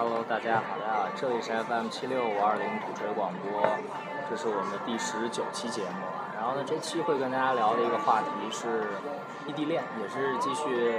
Hello， 大家好呀，这里是 FM 76520土锤广播，这是我们的第19期节目。然后呢，这期会跟大家聊的一个话题是异地恋，也是继续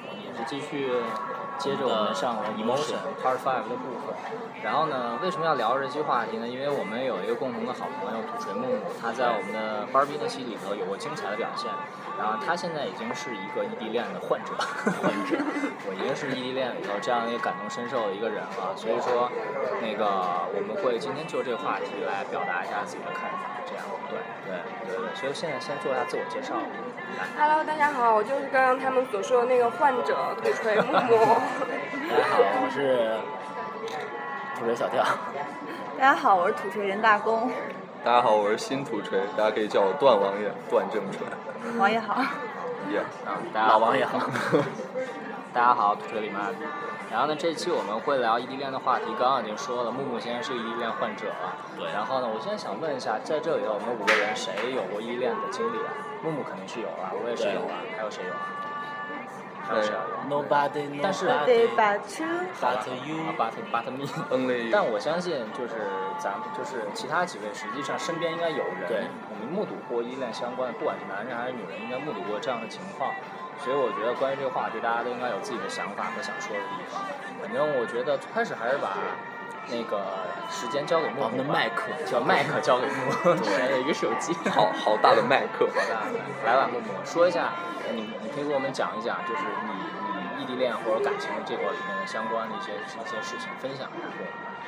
接着我们上的 Emotion Part 5的部分。然后呢，为什么要聊这期话题呢？因为我们有一个共同的好朋友土锤木木，他在我们的班比那期里头有过精彩的表现。然后他现在已经是一个异地恋的患者，我已经是异地恋里头这样一个感同身受的一个人了。所以说，我们会今天就这个话题来表达一下自己的看法，这样对。所以现在先做一下自我介绍。 Hello， 大家好，我就是刚刚他们所说的那个患者土锤木木。 大家好，我是土锤小跳。 大家好，我是土锤人大公。 大家好，我是新土锤，大家可以叫我段王爷，段正锤。 王爷好。 老王也好。大家好，土锤李妈。然后呢，这期我们会聊异地恋的话题，刚刚已经说了，木木现在是异地恋患者了。对。然后呢，我现在想问一下，在这里我们5个人谁有过异地恋的经历啊？木木肯定是有啊，我也是有啊，还有谁有啊？还有谁有 ？Nobody， 但是 but you，but me only。 但我相信，就是咱们就是其他几位，实际上身边应该有人，我们目睹过异地恋相关的，不管是男人还是女人，应该目睹过这样的情况。所以我觉得关于这个话题，大家都应该有自己的想法和想说的地方。反正我觉得最开始还是把那个时间交给木木， 我们的麦克交给木木，还有一个手机， 好大的麦克， 好大的。来吧，木木，说一下，你可以给我们讲一讲，就是你异地恋或者感情这块里面的相关的一些事情，分享一下。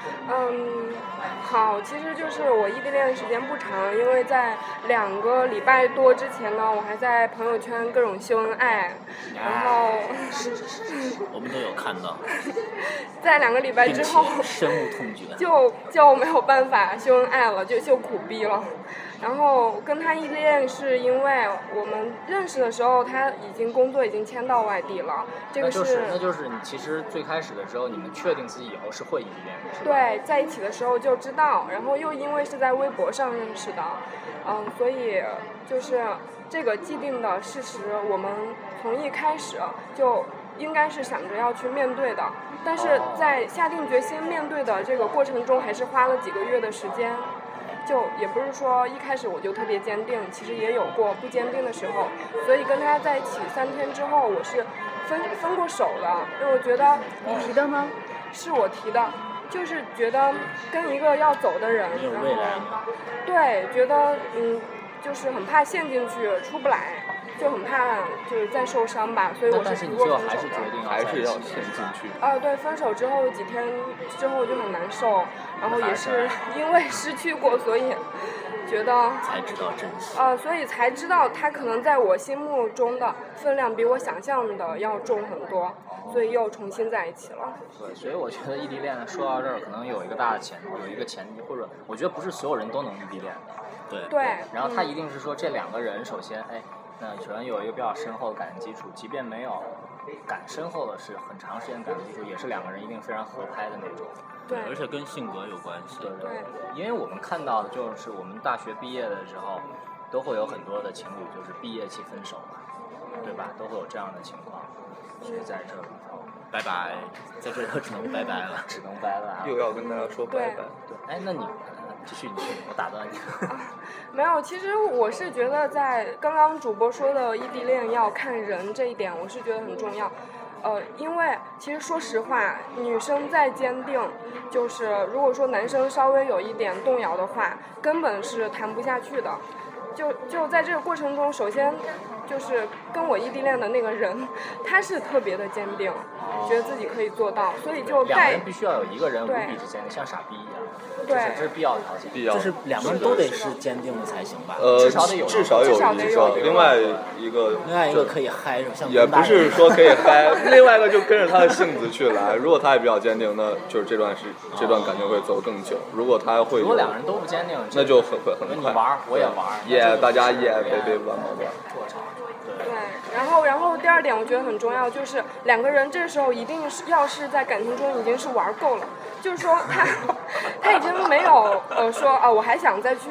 好，其实就是我异地恋的时间不长，因为在2个礼拜多之前呢，我还在朋友圈各种秀恩爱，然后我们都有看到， 在2个礼拜之后， 深恶痛绝， 就没有办法秀恩爱了，就秀苦逼了。然后跟他异地恋是因为我们认识的时候，他工作已经迁到外地了。这个那就是你其实最开始的时候，你们确定自己以后是会异地恋的，是吧？ 对，在一起的时候就知道，然后又因为是在微博上认识的，所以就是这个既定的事实，我们从一开始就应该是想着要去面对的，但是在下定决心面对的这个过程中，还是花了几个月的时间。就也不是说一开始我就特别坚定，其实也有过不坚定的时候，所以跟他在一起3天之后，我是分过手的，因为我觉得你提的吗？ 是我提的，就是觉得跟一个要走的人， 有未来吗？ 对，觉得就是很怕陷进去出不来，就很怕就是再受伤吧，所以我是提过分手的。 但是你最后还是决定还是要陷进去。 对，分手之后几天之后就很难受，然后也是因为失去过，所以觉得才知道珍惜。 所以才知道他可能在我心目中的分量比我想象的要重很多，所以又重新在一起了。 对，所以我觉得异地恋说到这儿，可能有一个大的前提，或者我觉得不是所有人都能异地恋的。 对。 然后他一定是说这2个人首先，那首先有一个比较深厚的感情基础，即便没有深厚的是很长时间感情基础，也是2个人一定非常合拍的那种。 对， 而且跟性格有关系。 对，因为我们看到的就是我们大学毕业的时候，都会有很多的情侣就是毕业期分手嘛，对吧？都会有这样的情况，所以在这里头， 拜拜，在这里头只能拜拜了， 只能拜了。 又要跟大家说拜拜。 对，那你继续，我打断你。 没有，其实我是觉得在刚刚主播说的异地恋要看人这一点，我是觉得很重要。因为其实说实话，女生再坚定，就是如果说男生稍微有一点动摇的话，根本是谈不下去的。就在这个过程中，首先就是跟我异地恋的那个人，他是特别的坚定，觉得自己可以做到，所以就 2个人必须要有一个人无比之坚定，像傻逼一样。 对， 这是必要的条件。 就是2个人都得是坚定的才行吧？ 至少得有一个，另外一个可以嗨，像也不是说可以嗨，另外一个就跟着他的性子去来。如果他也比较坚定，那就是这段感情会走更久。如果2个人都不坚定， 那就很快。 你玩，我也玩， 大家别玩。 对，然后第2点我觉得很重要，就是2个人这时候一定是要是在感情中已经是玩够了，就是说他已经没有说我还想再去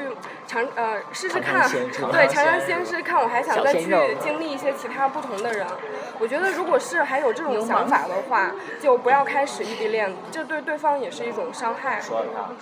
试试看，对，尝尝鲜试看，我还想再去经历一些其他不同的人。我觉得如果是还有这种想法的话，就不要开始异地恋，这对对方也是一种伤害。 说得好，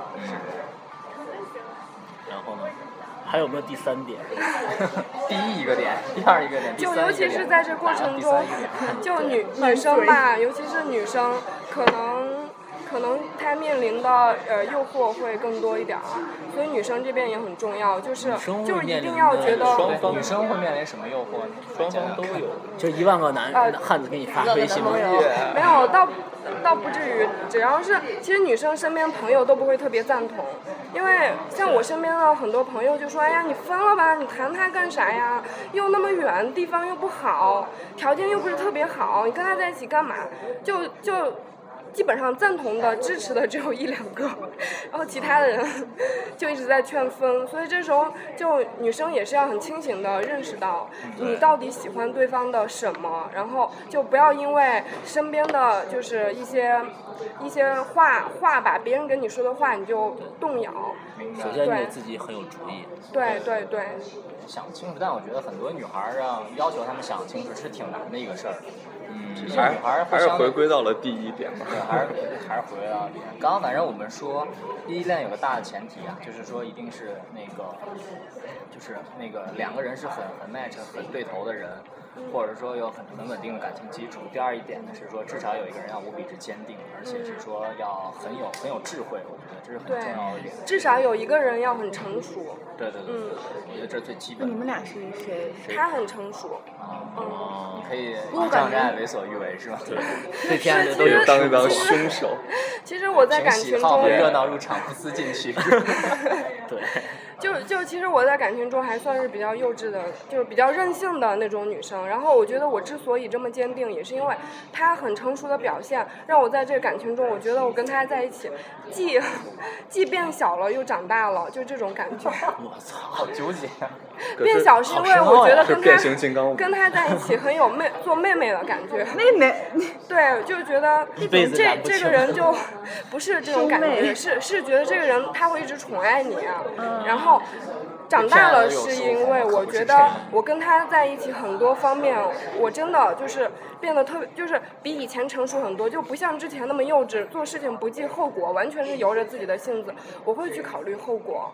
然后呢？还有没有第三点？ 第一个点，第二一个点， 就尤其是在这过程中，就女生吧，尤其是女生，可能她面临的诱惑会更多一点儿，所以女生这边也很重要，就是一定要觉得女生会面临什么诱惑呢？ 双方都有， 就1万个汉子给你发微信吗？ 没有，倒不至于，只要是其实女生身边朋友都不会特别赞同，因为像我身边的很多朋友就说，哎呀，你分了吧，你谈他干啥呀？又那么远，地方又不好，条件又不是特别好，你跟他在一起干嘛？就基本上赞同的、支持的只有1、2个，然后其他的人就一直在劝分，所以这时候就女生也是要很清醒的认识到你到底喜欢对方的什么，然后就不要因为身边的就是一些话吧，别人跟你说的话你就动摇。 首先你得自己很有主意。 对。 想清楚，但我觉得很多女孩要求她们想清楚是挺难的一个事儿。 还是回归到了第一点嘛。 对，还是回归到第一点。刚刚反正我们说，异地恋有个大的前提啊，就是说一定是就是两个人是很 match 很对头的人，或者说有很稳定的感情基础。第二一点呢是说，至少有一个人要无比之坚定，而且是说要很有智慧，我觉得这是很重要的一点。 至少有一个人要很成熟。 对，我觉得这是最基本的。 你们俩是谁？ 他很成熟。 你可以以仗着爱为所欲为是吧？ 对天然的都有当一当凶手。 其实我在感情中热闹入场，不思进取。 对。 就其实我在感情中还算是比较幼稚的，就是比较任性的那种女生。然后我觉得我之所以这么坚定，也是因为她很成熟的表现，让我在这个感情中，我觉得我跟她在一起，既变小了又长大了，就这种感觉。 我操， 好纠结。 变小是因为我觉得跟她在一起很有做妹妹的感觉。 妹妹。 对，就觉得这个人就不是这种感觉，是觉得这个人他会一直宠爱你啊，然后。长大了是因为我觉得我跟他在一起很多方面，我真的就是变得就是比以前成熟很多，就不像之前那么幼稚，做事情不计后果，完全是由着自己的性子，我会去考虑后果。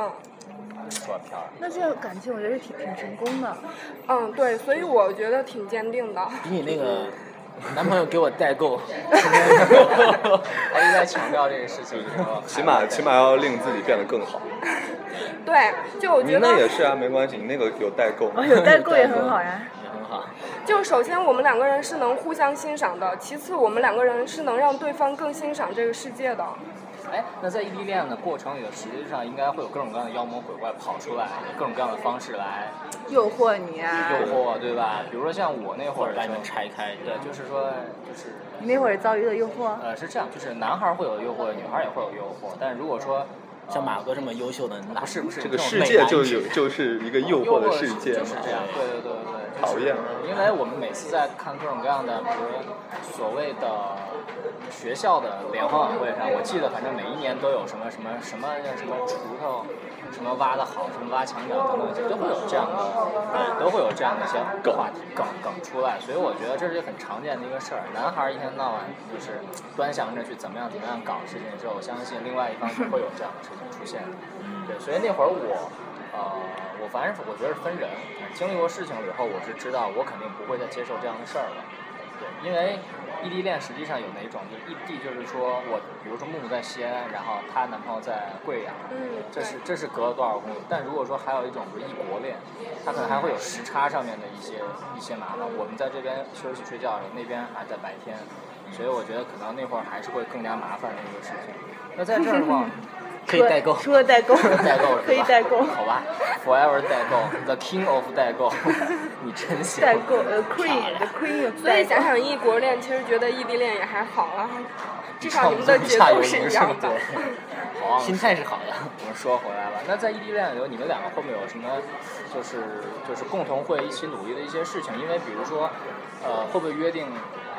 那这个感情我觉得挺成功的。 对，所以我觉得挺坚定的。 比你那个男朋友给我代购。 我一直在强调这个事情， 起码要令自己变得更好。 对，就我觉得。 你那也是啊，没关系，你那个有代购。 有代购也很好呀。 也很好。 就首先我们两个人是能互相欣赏的，其次我们两个人是能让对方更欣赏这个世界的。 那在异地恋的过程里，实际上应该会有各种各样的妖魔鬼怪跑出来，各种各样的方式来诱惑你啊。 诱惑，对吧？比如说像我那会儿把你们拆开。 对，就是说你那会儿遭遇的诱惑？ 是这样，就是男孩会有诱惑，女孩也会有诱惑，但是如果说像马哥这么优秀的， 不是这个世界就是一个诱惑的世界嘛。 就是这样，对。 讨厌。 因为我们每次在看各种各样的，比如所谓的学校的联欢晚会上，我记得反正每一年都有什么锄头，什么挖得好，什么挖墙角等等，都会有这样的，都会有这样的一些话题梗出来，所以我觉得这是很常见的一个事儿。男孩一天到晚就是端详着去怎么样搞事情的时候，我相信另外一方是会有这样的事情出现的。对，所以那会儿我反正我觉得是分人，经历过事情了以后，我是知道我肯定不会再接受这样的事儿了。对，因为异地恋实际上有哪种，就是异地，就是说我比如说木木在西安，然后她男朋友在贵阳，这是隔了多少公里？但如果说还有一种不是异国恋，他可能还会有时差上面的一些麻烦。我们在这边休息睡觉，那边还在白天，所以我觉得可能那会儿还是会更加麻烦的一个事情。那在这儿的话。 可以代购， 除了代购，可以代购， 好吧 ，Forever 代购 ，The King of 代购，你真行。 代购，Queen， 所以想想异国恋，其实觉得异地恋也还好啊，至少你们的节奏是一样的。 好， 心态是好的。 我们说回来了，那在异地恋里头，你们两个会不会有什么，就是共同会一起努力的一些事情？因为比如说，会不会约定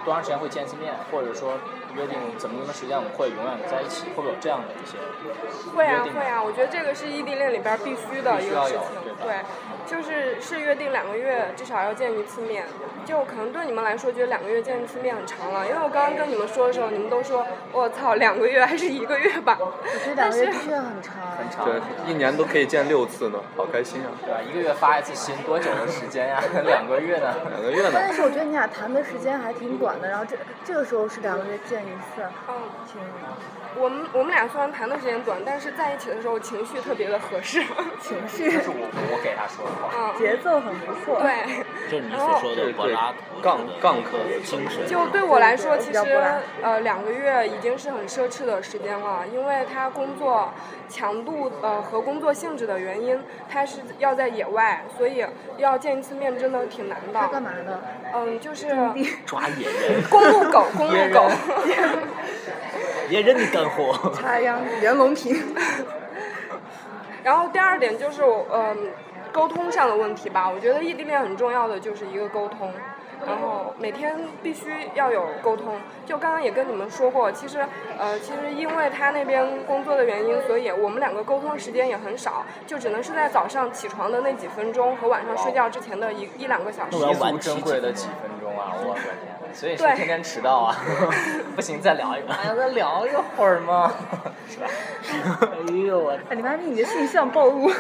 多长时间会见一次面，或者说约定怎么时间我们会永远在一起，会不会有这样的一些会啊约定会啊，我觉得这个是异地恋里边必须的一个事情，对，就是约定2个月至少要见1次面，就可能对你们来说觉得2个月见1次面很长了，因为我刚刚跟你们说的时候，你们都说我操2个月还是1个月吧， 我觉得2个月的确很长， 很长， 对，1年都可以见6次呢，好开心啊！ 对吧？1个月发一次信，多久的时间呀？2个月呢 ？2个月呢？ 但是我觉得你俩谈的时间还挺短的，然后这个时候是2个月见1次，挺。 我们俩虽然谈的时间短，但是在一起的时候情绪特别的合适。 情绪。 这是我给他说的话。 节奏很不错。 对。 就是你所说的柏拉图杠可的精神。 就对我来说，其实2个月已经是很奢侈的时间了，因为他工作强度和工作性质的原因，他是要在野外，所以要见1次面真的挺难的。 他干嘛的？ 就是抓野人。 公路狗。 野人你干活。 插秧袁隆平。 然后第2点就是沟通上的问题吧，我觉得异地恋很重要的就是一个沟通，然后每天必须要有沟通。就刚刚也跟你们说过，其实因为他那边工作的原因，所以我们2个沟通时间也很少，就只能是在早上起床的那几分钟和晚上睡觉之前的1-2个小时。 弥足珍贵的几分钟啊！我的天！所以是天天迟到啊！不行，再聊一会儿。哎呀，再聊一会儿嘛，是吧？哎呦我！ 你妈逼，你的性向暴露。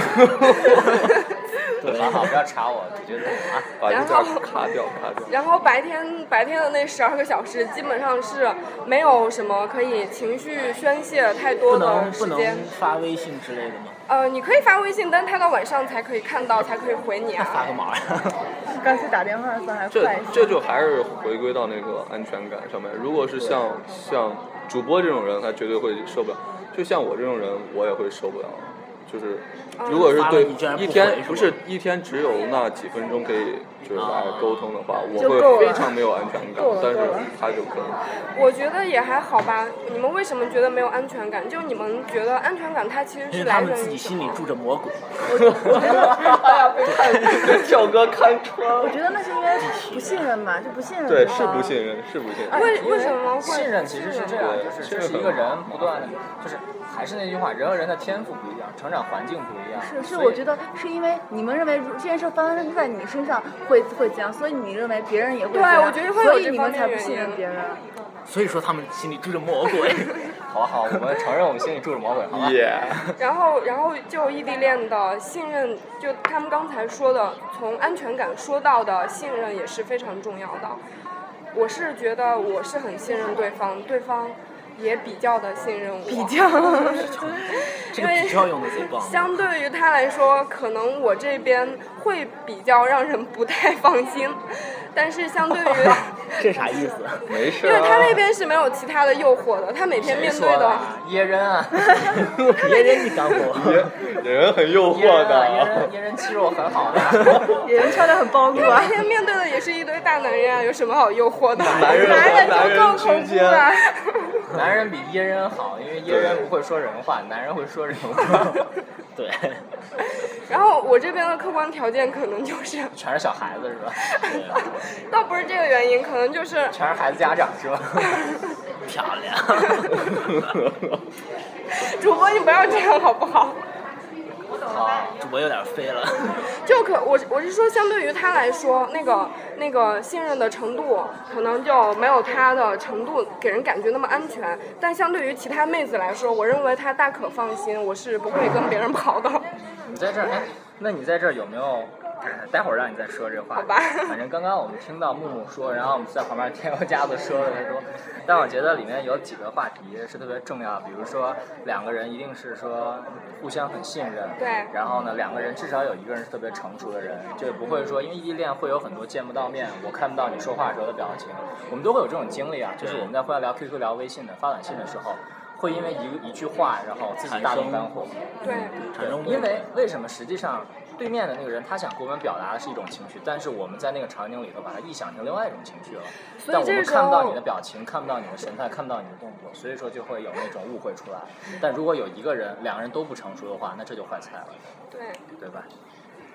对，好，不要查我，我觉得啊， 把这段卡掉。 然后白天的那12个小时，基本上是没有什么可以情绪宣泄太多的时间。 不能发微信之类的吗？ 你可以发微信，但他到晚上才可以看到，才可以回你啊。 发个毛呀！ 干脆打电话算还快一些。 这就还是回归到那个安全感上面。如果是像主播这种人，他绝对会受不了。就像我这种人，我也会受不了。就是如果是对一天只有那几分钟可以就是来沟通的话，我会非常没有安全感，但是他就可以。 我觉得也还好吧。你们为什么觉得没有安全感？就你们觉得安全感它其实是来源于什么？ 因为他们自己心里住着魔鬼。 我觉得哎呀，被跳哥看穿。 我觉得那是因为不信任吧，就不信任。 对，是不信任。 为什么会信任？其实是这样，就是一个人不断的，就是还是那句话，人和人的天赋不一样，成长环境不一样。 是，我觉得是因为你们认为这件事发生在你身上会这样，所以你认为别人也会这样。 对，我觉得会有这方面原因。 所以你们才不信任别人。 所以说他们心里住着魔鬼。 好，我们承认我们心里住着魔鬼，好吧？ 然后就异地恋的信任，就他们刚才说的，从安全感说到的信任也是非常重要的。我是觉得我是很信任对方，对方也比较的信任我。 比较。 这个比较用的贼棒。 相对于他来说，可能我这边会比较让人不太放心，但是相对于这啥意思？ 没事。 因为他那边是没有其他的诱惑的，他每天面对的。 野人啊！ 野人你干活。 野人很诱惑的。 野人肌肉很好的。 野人穿得很暴露啊。 他每天面对的也是一堆大男人啊，有什么好诱惑的？ 男人就更恐怖了。 男人比野人好，因为野人不会说人话，男人会说人话。对。 然后我这边的客观条件可能就是全是小孩子是吧？ 倒不是这个原因，可能就是全是孩子家长是吧？ 漂亮。 主播你不要这样好不好？ 主播有点飞了。 我是说，相对于他来说，那个信任的程度可能就没有他的程度给人感觉那么安全。但相对于其他妹子来说，我认为他大可放心，我是不会跟别人跑的。 你在这儿，那你在这儿有没有？待会儿让你再说这话。 好吧。 反正刚刚我们听到木木说，然后我们在旁边添油加醋说了很多，但我觉得里面有几个话题是特别重要，比如说2个人一定是说互相很信任， 对。 然后呢，2个人至少有一个人是特别成熟的人，就不会说因为异地恋会有很多见不到面，我看不到你说话时候的表情，我们都会有这种经历啊，就是我们在互相聊 QQ 聊微信的发短信的时候。会因为一句话，然后自己大动肝火。 对， 因为为什么？实际上，对面的那个人他想给我们表达的是一种情绪，但是我们在那个场景里头把它臆想成另外一种情绪了。但我们看不到你的表情，看不到你的神态，看不到你的动作，所以说就会有那种误会出来。但如果有一个人，2个人都不成熟的话，那这就坏菜了。 对， 对吧？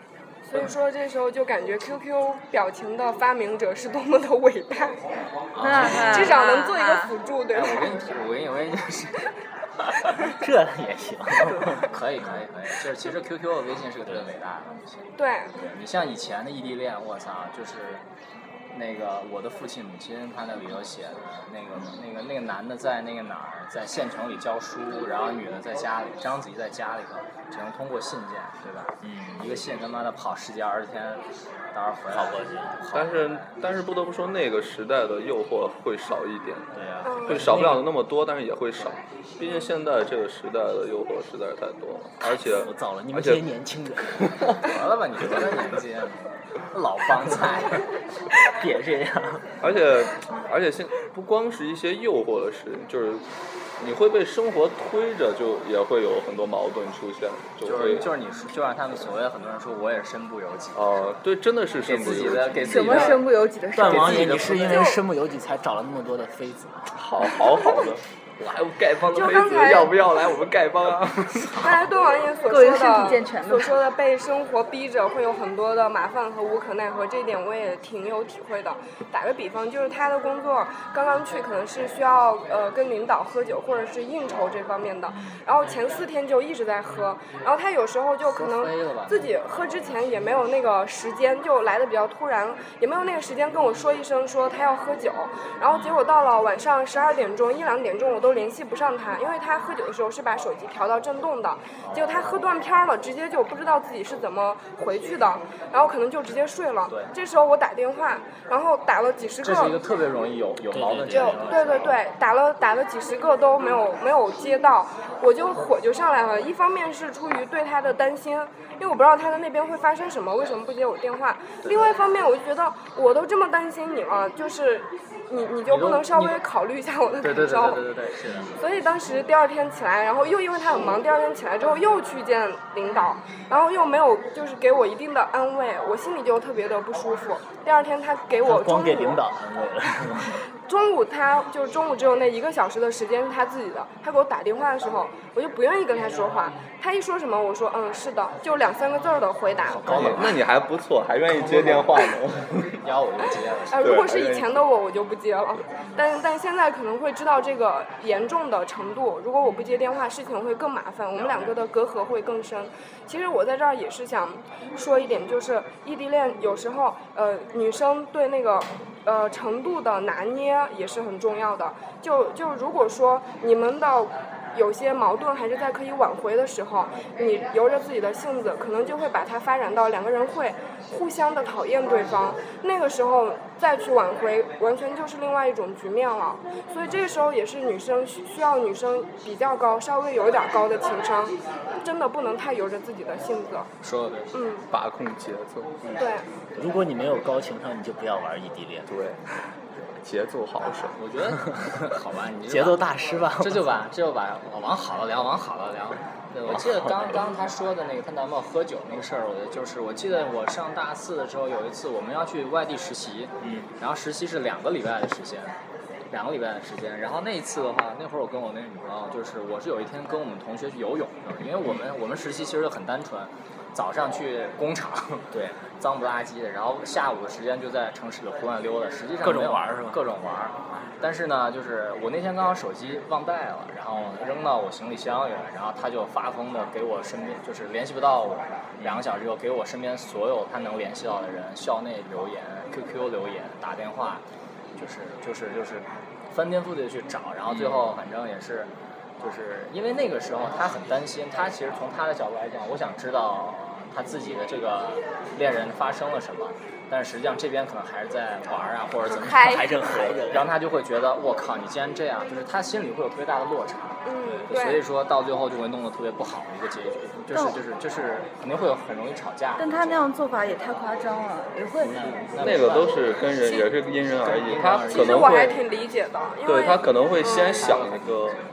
所以说这时候就感觉 QQ 表情的发明者是多么的伟大，至少能做一个辅助，对吧？ 我跟你就是。 这也行， 可以，就是其实 QQ 和微信是个特别伟大的东西。 对， 你像以前的异地恋，我操，就是那个我的父亲母亲，他那里头写的那个男的在那个哪儿，在县城里教书，然后女的在家里，章子怡在家里头，只能通过信件，对吧？一个信他妈的跑10几20天，到时候回来跑过去。 但是不得不说，那个时代的诱惑会少一点， 对呀， 会少不了那么多，但是也会少。毕竟现在这个时代的诱惑实在是太多了，而且我糟了，你们这些年轻人， 得了吧，你多大年纪啊？老帮菜， 别这样。 而且现不光是一些诱惑的事情，就是你会被生活推着，就也会有很多矛盾出现， 就让他们所谓很多人说我也是身不由己。 对，真的是身不由己。 给什么身不由己的事？ 段王爷，你是因为身不由己才找了那么多的妃子？ 好的。来，我丐帮的妃子要不要来我们丐帮啊？ 刚才段王爷所说的被生活逼着会有很多的麻烦和无可奈何，这一点我也挺有体会的。打个比方，就是他的工作刚刚去可能是需要跟领导喝酒或者是应酬这方面的，然后前4天就一直在喝，然后他有时候就可能自己喝之前也没有那个时间，就来的比较突然，也没有那个时间跟我说一声说他要喝酒，然后结果到了晚上12点钟1、2点钟我都联系不上他，因为他喝酒的时候是把手机调到震动的，结果他喝断片了，直接就不知道自己是怎么回去的，然后可能就直接睡了。这时候我打电话，然后打了几十个， 这是一个特别容易有矛盾点。 对，打了几十个都没有接到，我就火就上来了。一方面是出于对他的担心，因为我不知道他的那边会发生什么，为什么不接我电话？另外一方面，我就觉得我都这么担心你了，就是你就不能稍微考虑一下我的感受？ 对，是的。 所以当时第2天起来，然后又因为他很忙，第2天起来之后又去见领导，然后又没有就是给我一定的安慰，我心里就特别的不舒服。第2天他给我光给领导安慰了。 中午只有那1个小时的时间是他自己的，他给我打电话的时候，我就不愿意跟他说话。他一说什么，我说是的，就2、3个字的回答。 那你还不错，还愿意接电话呢。 要我就接了。 如果是以前的我就不接了，但现在可能会知道这个严重的程度。如果我不接电话，事情会更麻烦，我们2个的隔阂会更深。其实我在这儿也是想说一点，就是异地恋有时候女生对那个程度的拿捏也是很重要的。就如果说你们的有些矛盾还是在可以挽回的时候，你由着自己的性子，可能就会把它发展到2个人会互相的讨厌对方，那个时候再去挽回，完全就是另外一种局面了。所以这个时候也是女生需要女生比较高，稍微有点高的情商，真的不能太由着自己的性子。 说的对。 把控节奏。 对。 如果你没有高情商，你就不要玩异地恋。 对。节奏好手， 我觉得好吧，你节奏大师吧， 这就把往好了聊。对，我记得刚他说的那个他男朋友喝酒那个事儿，我记得我上大4的时候有一次我们要去外地实习，然后实习是2个礼拜的时间，然后那一次的话，那会儿我跟我那个女朋友，就是我是有一天跟我们同学去游泳，因为我们实习其实就很单纯。早上去工厂，对，脏不拉几的，然后下午的时间就在城市里胡乱溜达，实际上各种玩是吧？ 各种玩，但是呢，就是我那天刚好手机忘带了，然后扔到我行李箱里了，然后他就发疯的给我身边，就是联系不到我，2个小时后给我身边所有他能联系到的人，校内留言、QQ 留言、打电话，就是翻天覆地的去找，然后最后反正也是。就是因为那个时候他很担心，他其实从他的角度来讲，我想知道他自己的这个恋人发生了什么，但是实际上这边可能还是在玩啊，或者怎么还正嗨着， 然后他就会觉得我靠，你既然这样，就是他心里会有特别大的落差， 对， 所以说到最后就会弄得特别不好的一个结局，就是肯定会有很容易吵架。 但他那样做法也太夸张了，也会。 那个都是跟人也是因人而异，他可能会。 其实我还挺理解的，因为对他可能会先想一个。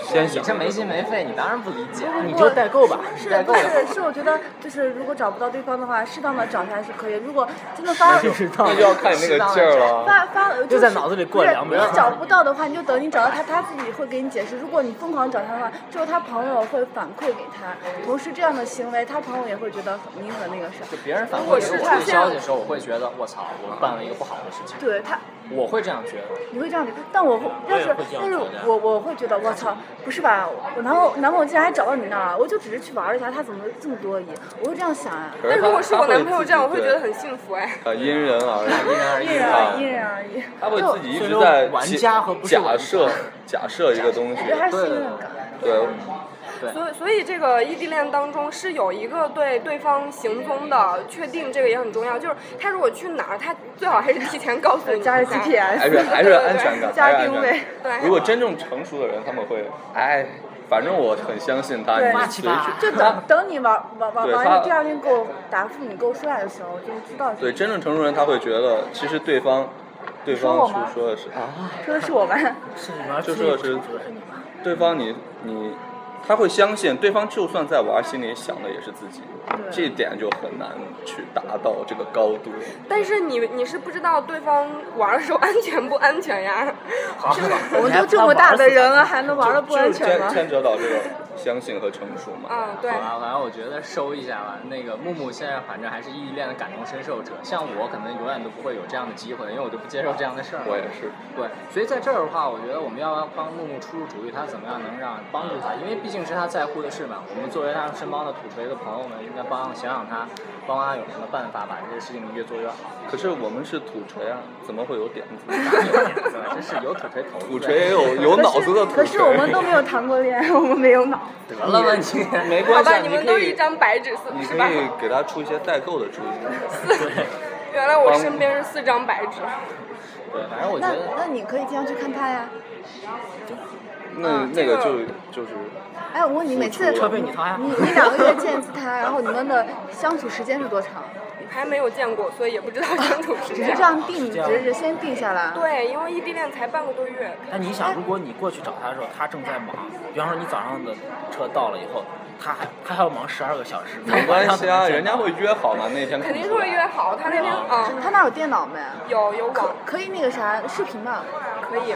先想你这没心没肺，你当然不理解。 你就代购吧， 代购是我觉得就是如果找不到对方的话，适当的找他是可以。如果真的发那就要看你那个劲儿了。 就在脑子里过2秒。 你找不到的话，你就等你找到他，他自己会给你解释。如果你疯狂找他的话，只有他朋友会反馈给他，同时这样的行为，他朋友也会觉得你很那个啥。 就别人反馈给我这消息的时候，我会觉得我操，我办了一个不好的事情。 对他。 我会这样觉得。 你会这样觉得，但我会觉得我操，不是吧？我男朋友竟然还找到你那儿，我就只是去玩一下，他怎么这么多疑？我会这样想啊。 但如果是我男朋友这样，我会觉得很幸福哎。 因人而异， 因人而异。 他会自己一直在玩家和不是玩家假设一个东西。 我觉得还是信任感。 对。 所以这个异地恋当中是有一个对对方行踪的确定，这个也很重要。就是他如果去哪儿，他最好还是提前告诉你， 加上 GPS， 还是安全感， 加定位。 对。 如果真正成熟的人，他们会，反正我很相信他， 就等你玩第二天给我答复，你给我说来的时候，就知道。 对，真正成熟人他会觉得，其实对方说的是说的是我们， 就说的是对方你。他会相信对方，就算在玩，心里想的也是自己，这一点就很难去达到这个高度。 但是你是不知道对方玩的时候安全不安全呀？ 我们都这么大的人了，还能玩的不安全吗？ 牵扯到这个相信和成熟嘛。 对。 好吧，反正我觉得收一下吧。那个木木现在反正还是异地恋的感同身受者，像我可能永远都不会有这样的机会，因为我就不接受这样的事儿。 我也是。 对，所以在这儿的话，我觉得我们要帮木木出主意，他怎么样能帮助他，因为毕竟是他在乎的事嘛。我们作为他身帮的土锤的朋友们，应该想想他，帮他有什么办法把这个事情越做越好。 可是我们是土锤啊，怎么会有点子？ 这是有土锤头。 土锤也有脑子的土锤。 可是我们都没有谈过恋爱，我们没有脑。 得了吧你， 没关系。 好吧，你们都一张白纸， 你是吧？ 可以给他出一些代购的主意。 原来我身边是4张白纸。 对，反正我觉得。 那你可以经常去看他呀。 那个就是。 哎，我问你，每次你2个月见一次他，然后你们的相处时间是多长？ 还没有见过，所以也不知道相处时间。 只是这样定，只是先定下来。 对，因为异地恋才半个多月。 那你想，如果你过去找他的时候，他正在忙，比方说你早上的车到了以后，他还要忙12个小时。 没关系啊，人家会约好嘛，那天。 肯定是会约好，他那天他那有电脑没？ 有网。 可以那个啥视频吗？ 可以。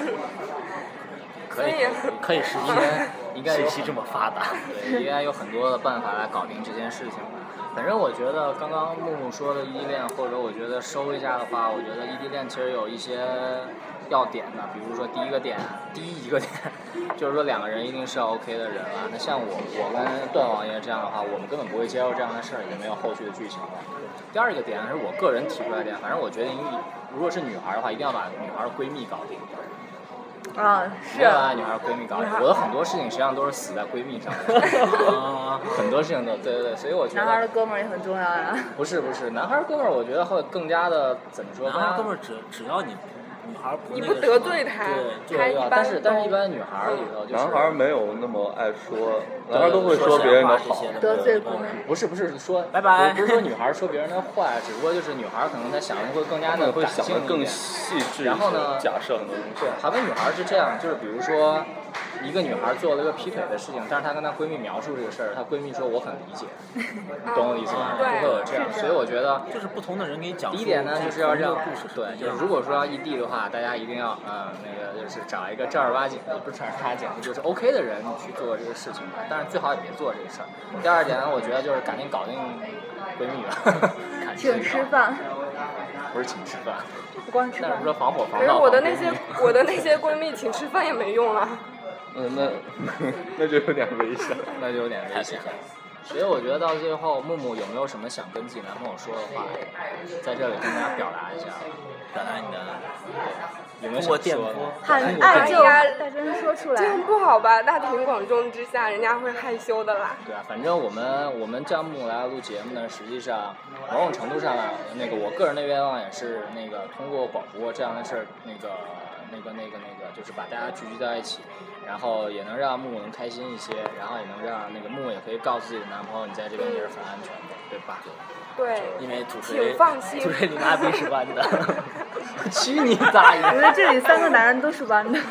可以视频，应该信息这么发达，对，应该有很多的办法来搞定这件事情。反正我觉得刚刚木木说的异地恋，或者我觉得收一下的话，我觉得异地恋其实有一些要点的，比如说第一个点，就是说2个人一定是要 OK 的人了。那像我跟段王爷这样的话，我们根本不会接受这样的事儿，也没有后续的剧情了。第二个点是我个人提出来的点，反正我觉得如果是女孩的话，一定要把女孩的闺蜜搞定。 是。 没有把女孩闺蜜搞定，我的很多事情实际上都是死在闺蜜上的。很多事情都对，所以我觉得。 男孩的哥们儿也很重要呀。 不是，男孩哥们儿，我觉得会更加的怎么说？ 男孩哥们儿只要你。女孩你不得罪他，他一般。 但是一般女孩里头就是。 男孩没有那么爱说，男孩都会说别人的好。 得罪过。 不是说拜拜。 不是说女孩说别人的坏，只不过就是女孩可能她想的会更加的感性一点， 更细致。 然后呢， 假设很多东西。 对，还有女孩是这样，就是比如说。一个女孩做了一个劈腿的事情，但是她跟她闺蜜描述这个事儿，她闺蜜说我很理解，懂我的意思吗？就会有这样，所以我觉得就是不同的人给你讲。 第一点呢，就是要让对，就是如果说要异地的话，大家一定要那个就是找一个正儿八经的，不是正儿八经，就是 OK 的人去做这个事情，但是最好也别做这个事儿。第二点呢，我觉得就是赶紧搞定闺蜜吧， 请吃饭。 不是请吃饭， 不光吃饭。 但是不是防火防盗。 可是我的那些闺蜜请吃饭也没用啊。 那就有点危险， 那就有点危险。所以我觉得到最后，木木有没有什么想跟自己男朋友说的话，在这里跟大家表达一下， 表达你的有没有想说的？ 很爱就大声说出来。 这样不好吧？大庭广众之下，人家会害羞的啦。 对啊，反正我们叫木木来录节目呢，实际上某种程度上那个我个人的愿望也是那个通过广播这样的事儿，那个，就是把大家聚集在一起，然后也能让木木能开心一些，然后也能让那个木木也可以告诉自己的男朋友，你在这边也是很安全的，对吧？ 对。 因为土锤你妈逼是弯的。 去你大爷！ 我觉得这里3个男人都是弯的。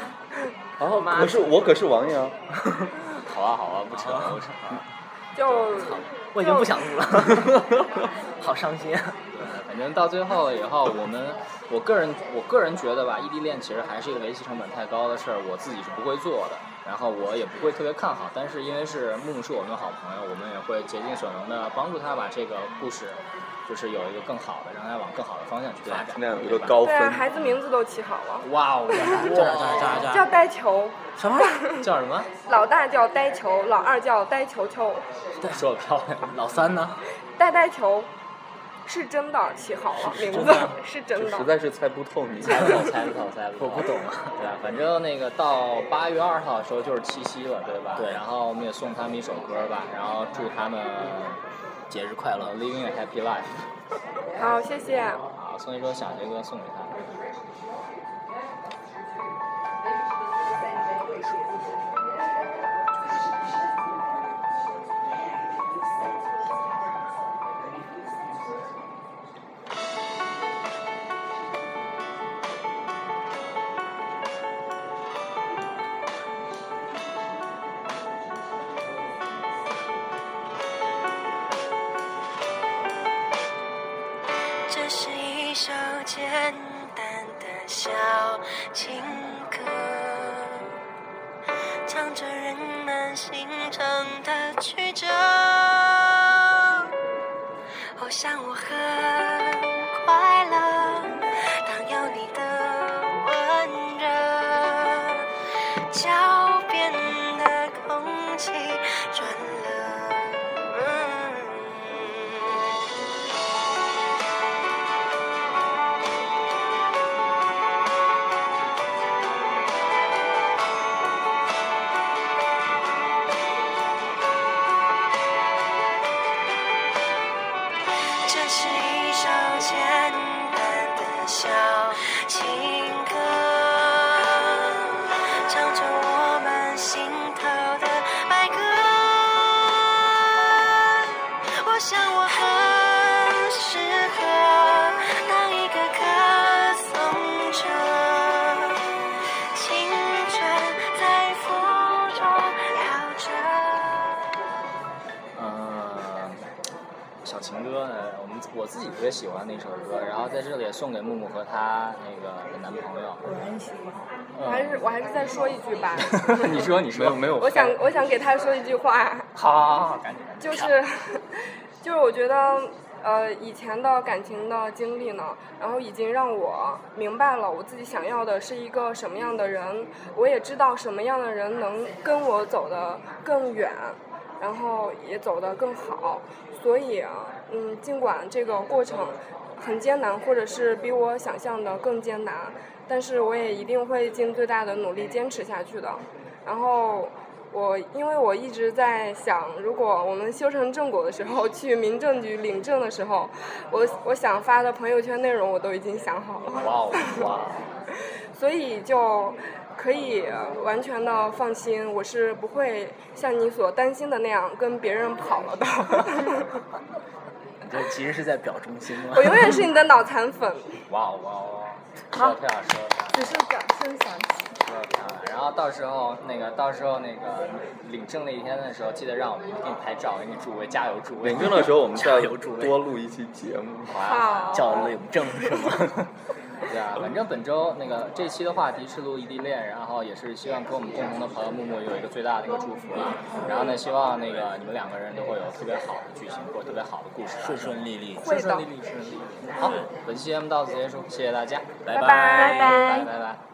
哦，可是王爷啊。 好啊，不扯了。 我已经不想录了，好伤心。 反正到最后以后，我个人觉得吧，异地恋其实还是一个维系成本太高的事儿，我自己是不会做的，然后我也不会特别看好。但是因为是木木是我们的好朋友，我们也会竭尽所能的帮助他把这个故事，就是有一个更好的，让他往更好的方向去发展。 那样有一个高分。 对，孩子名字都起好了。 哇哦！ 叫呆球。 什么？ 叫什么？ 老大叫呆球，老二叫呆球球。 说得漂亮。 老三呢？ 呆球。是真的起好了，名字是真的。 实在是猜不透你。 猜不透。 我不懂啊。 对啊，反正那个到8月2号的时候就是七夕了，对吧？ 对。 然后我们也送他们一首歌吧，然后祝他们节日快乐 ，Living a happy life。 好，谢谢。 好，送一首小节歌送给他。 这是一首简单的小情歌，唱着人们心肠的曲折。我想我很快乐，当有你的温热，脚边的空气转了。小情歌，唱着我们心头的哀歌。我想我很适合当一个歌颂者，青春在风中摇着。小情歌呢，我自己特别喜欢那首歌，然后在这里也送给木木和她那个男朋友。 我很喜欢。 我还是再说一句吧。 你说没有。 我想给他说一句话。 好，赶紧。 就是我觉得以前的感情的经历呢，然后已经让我明白了我自己想要的是一个什么样的人，我也知道什么样的人能跟我走得更远，然后也走得更好。所以尽管这个过程很艰难，或者是比我想象的更艰难，但是我也一定会尽最大的努力坚持下去的。然后因为我一直在想，如果我们修成正果的时候，去民政局领证的时候，我想发的朋友圈内容我都已经想好了。 哇！ 所以就可以完全的放心，我是不会像你所担心的那样跟别人跑了的。 你这其实是在表忠心吗？ 我永远是你的脑残粉。 哇！说得漂亮。 只是掌声响起。 说得漂亮。然后到时候那个领证那一天的时候，记得让我们给你拍照，给你助威，加油助威。 领证的时候我们再多录一期节目。 好， 叫领证是吗？ 对啊，反正本周这期的话题是录异地恋，然后也是希望跟我们共同的朋友木木有一个最大的一个祝福。然后呢，希望你们两个人都会有特别好的剧情或者特别好的故事， 顺利利。 会的。 好，本期节目到此结束，谢谢大家， 拜拜。